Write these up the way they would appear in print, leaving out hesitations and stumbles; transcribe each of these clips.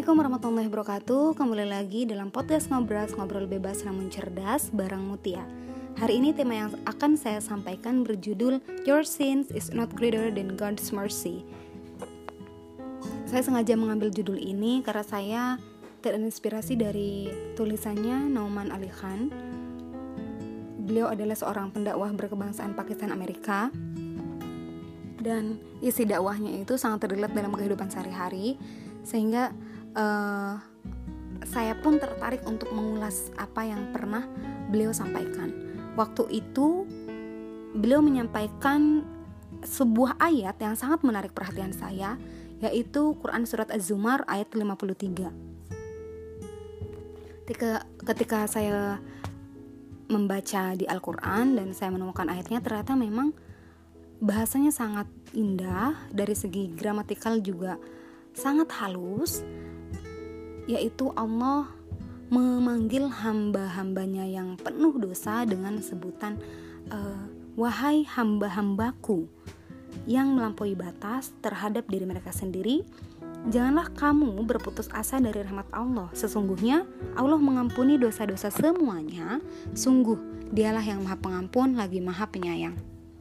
Assalamualaikum warahmatullahi wabarakatuh. Kembali lagi dalam podcast Ngobrol Bebas Namun Cerdas bareng Mutia. Hari ini tema yang akan saya sampaikan berjudul Your sins is not greater than God's mercy. Saya sengaja mengambil judul ini karena saya terinspirasi dari tulisannya Nauman Ali Khan. Beliau adalah seorang pendakwah berkebangsaan Pakistan Amerika, dan isi dakwahnya itu sangat terlihat dalam kehidupan sehari-hari, sehingga saya pun tertarik untuk mengulas apa yang pernah beliau sampaikan. Waktu itu beliau menyampaikan sebuah ayat yang sangat menarik perhatian saya, yaitu Quran Surat Az-Zumar ayat 53. Ketika saya membaca di Al-Quran dan saya menemukan ayatnya, ternyata memang bahasanya sangat indah, dari segi gramatikal juga sangat halus, yaitu Allah memanggil hamba-hambanya yang penuh dosa dengan sebutan wahai hamba-hambaku yang melampaui batas terhadap diri mereka sendiri, janganlah kamu berputus asa dari rahmat Allah. Sesungguhnya Allah mengampuni dosa-dosa semuanya. Sungguh Dialah yang Maha Pengampun lagi Maha Penyayang.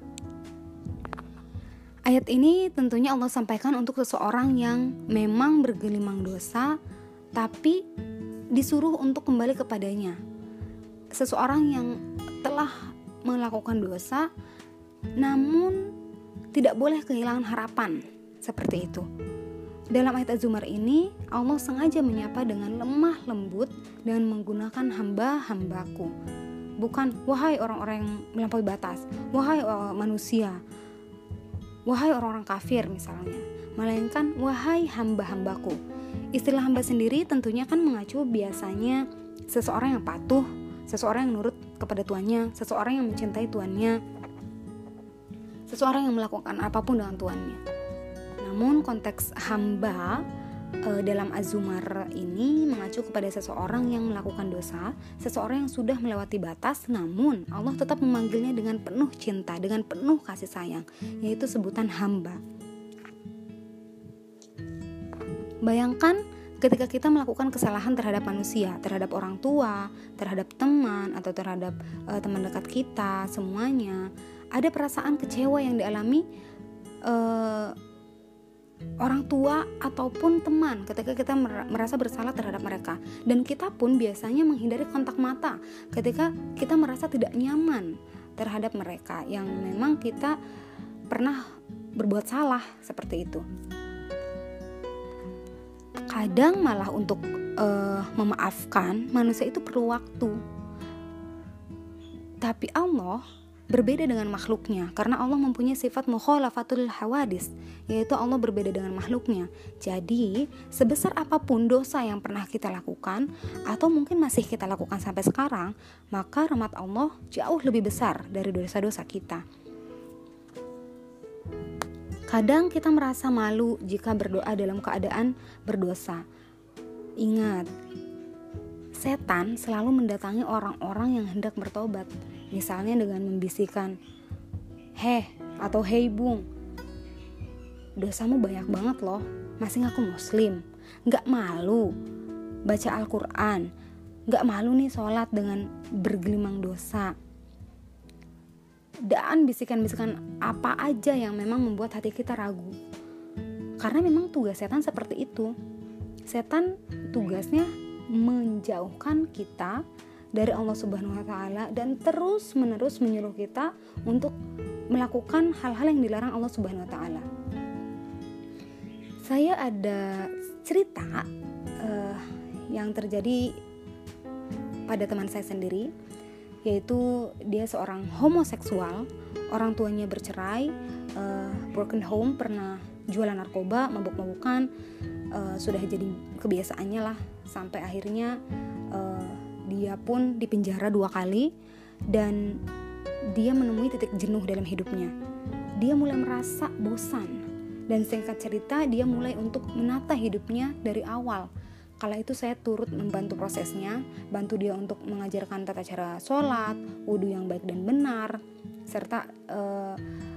Ayat ini tentunya Allah sampaikan untuk seseorang yang memang bergelimang dosa, tapi disuruh untuk kembali kepadanya. Seseorang yang telah melakukan dosa, namun tidak boleh kehilangan harapan, seperti itu. Dalam ayat Az-Zumar ini, Allah sengaja menyapa dengan lemah lembut dan menggunakan hamba-hambaku. Bukan wahai orang-orang yang melampaui batas, wahai manusia, wahai orang-orang kafir misalnya, melainkan wahai hamba-hambaku. Istilah hamba sendiri tentunya kan mengacu biasanya seseorang yang patuh, seseorang yang nurut kepada tuannya, seseorang yang mencintai tuannya, seseorang yang melakukan apapun dengan tuannya. Namun konteks hamba dalam Az-Zumar ini mengacu kepada seseorang yang melakukan dosa, seseorang yang sudah melewati batas, namun Allah tetap memanggilnya dengan penuh cinta, dengan penuh kasih sayang, yaitu sebutan hamba. Bayangkan ketika kita melakukan kesalahan terhadap manusia, terhadap orang tua, terhadap teman, atau terhadap teman dekat kita, semuanya ada perasaan kecewa yang dialami orang tua ataupun teman ketika kita merasa bersalah terhadap mereka. Dan kita pun biasanya menghindari kontak mata ketika kita merasa tidak nyaman terhadap mereka yang memang kita pernah berbuat salah, seperti itu. Kadang malah untuk memaafkan manusia itu perlu waktu. Tapi Allah berbeda dengan makhluknya, karena Allah mempunyai sifat mukhalafatul hawadis, yaitu Allah berbeda dengan makhluknya. Jadi sebesar apapun dosa yang pernah kita lakukan atau mungkin masih kita lakukan sampai sekarang, maka rahmat Allah jauh lebih besar dari dosa-dosa kita. Kadang kita merasa malu jika berdoa dalam keadaan berdosa. Ingat, setan selalu mendatangi orang-orang yang hendak bertobat. Misalnya dengan membisikkan, "Heh," atau "Hei bung, dosamu banyak banget loh, masih ngaku muslim, gak malu baca Al-Quran, gak malu nih sholat dengan bergelimang dosa." Dan bisikan-bisikan apa aja yang memang membuat hati kita ragu. Karena memang tugas setan seperti itu. Setan tugasnya menjauhkan kita dari Allah Subhanahu wa taala dan terus-menerus menyuruh kita untuk melakukan hal-hal yang dilarang Allah Subhanahu wa taala. Saya ada cerita yang terjadi pada teman saya sendiri, yaitu dia seorang homoseksual, orang tuanya bercerai, broken home, pernah jualan narkoba, mabuk-mabukan, sudah jadi kebiasaannya lah, sampai akhirnya dia pun dipenjara 2 kali dan dia menemui titik jenuh dalam hidupnya. Dia mulai merasa bosan dan singkat cerita dia mulai untuk menata hidupnya dari awal. Kala itu saya turut membantu prosesnya, bantu dia untuk mengajarkan tata cara sholat, wudhu yang baik dan benar, serta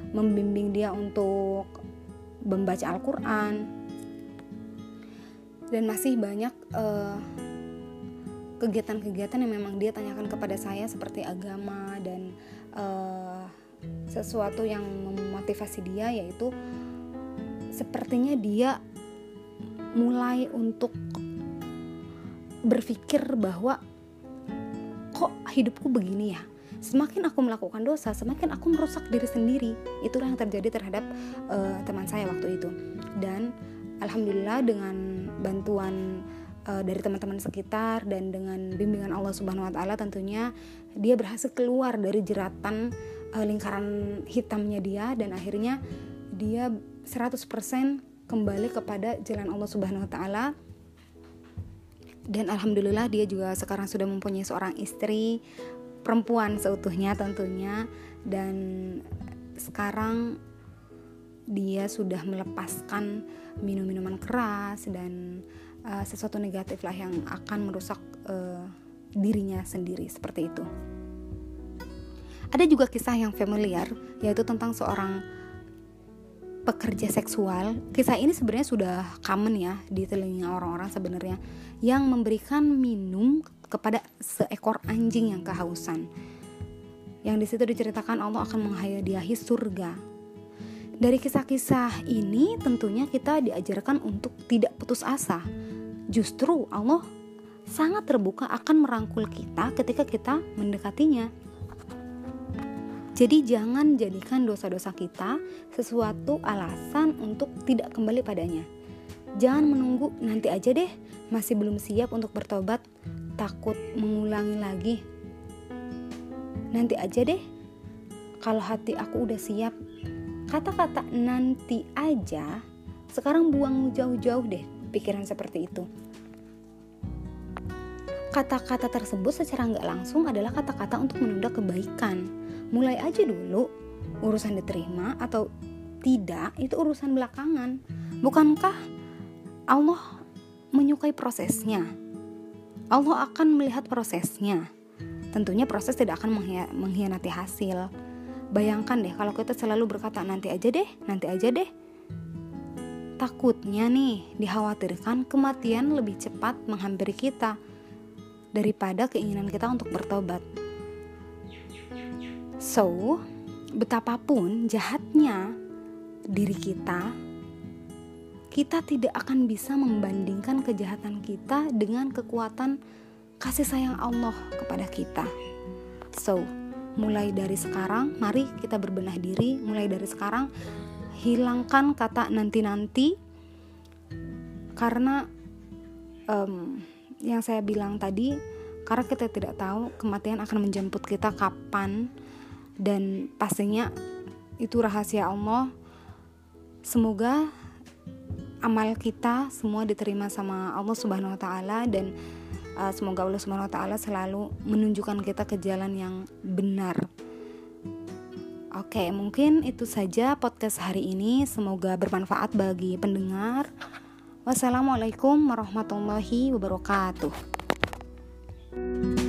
membimbing dia untuk membaca Al-Quran. Dan masih banyak kegiatan-kegiatan yang memang dia tanyakan kepada saya, seperti agama dan sesuatu yang memotivasi dia, yaitu sepertinya dia mulai untuk berpikir bahwa kok hidupku begini ya, semakin aku melakukan dosa semakin aku merusak diri sendiri. Itulah yang terjadi terhadap teman saya waktu itu. Dan alhamdulillah dengan bantuan dari teman-teman sekitar dan dengan bimbingan Allah Subhanahu wa taala, tentunya dia berhasil keluar dari jeratan lingkaran hitamnya dia, dan akhirnya dia 100% kembali kepada jalan Allah Subhanahu wa taala. Dan alhamdulillah dia juga sekarang sudah mempunyai seorang istri perempuan seutuhnya tentunya, dan sekarang dia sudah melepaskan minum-minuman keras dan sesuatu negatif lah yang akan merusak dirinya sendiri, seperti itu. Ada juga kisah yang familiar, yaitu tentang seorang pekerja seksual. Kisah ini sebenarnya sudah common ya di telinga orang-orang sebenarnya, yang memberikan minum kepada seekor anjing yang kehausan. Yang di situ diceritakan Allah akan menghadiahi surga. Dari kisah-kisah ini tentunya kita diajarkan untuk tidak putus asa. Justru Allah sangat terbuka akan merangkul kita ketika kita mendekatinya. Jadi jangan jadikan dosa-dosa kita sesuatu alasan untuk tidak kembali padanya. Jangan menunggu nanti aja deh, masih belum siap untuk bertobat, takut mengulangi lagi. Nanti aja deh, kalau hati aku udah siap. Kata-kata nanti aja sekarang buang jauh-jauh deh pikiran seperti itu. Kata-kata tersebut secara gak langsung adalah kata-kata untuk menunda kebaikan. Mulai aja dulu, urusan diterima atau tidak itu urusan belakangan. Bukankah Allah menyukai prosesnya? Allah akan melihat prosesnya. Tentunya proses tidak akan mengkhianati hasil. Bayangkan deh kalau kita selalu berkata nanti aja deh. Takutnya nih, dikhawatirkan kematian lebih cepat menghampiri kita daripada keinginan kita untuk bertobat. So, betapapun jahatnya diri kita tidak akan bisa membandingkan kejahatan kita dengan kekuatan kasih sayang Allah kepada kita. So, mulai dari sekarang, mari kita berbenah diri. Mulai dari sekarang, hilangkan kata nanti-nanti. Karena yang saya bilang tadi, karena kita tidak tahu kematian akan menjemput kita kapan. Dan pastinya itu rahasia Allah. Semoga amal kita semua diterima sama Allah Subhanahu wa taala, dan semoga Allah Subhanahu wa taala selalu menunjukkan kita ke jalan yang benar. Oke, mungkin itu saja podcast hari ini. Semoga bermanfaat bagi pendengar. Wassalamualaikum warahmatullahi wabarakatuh.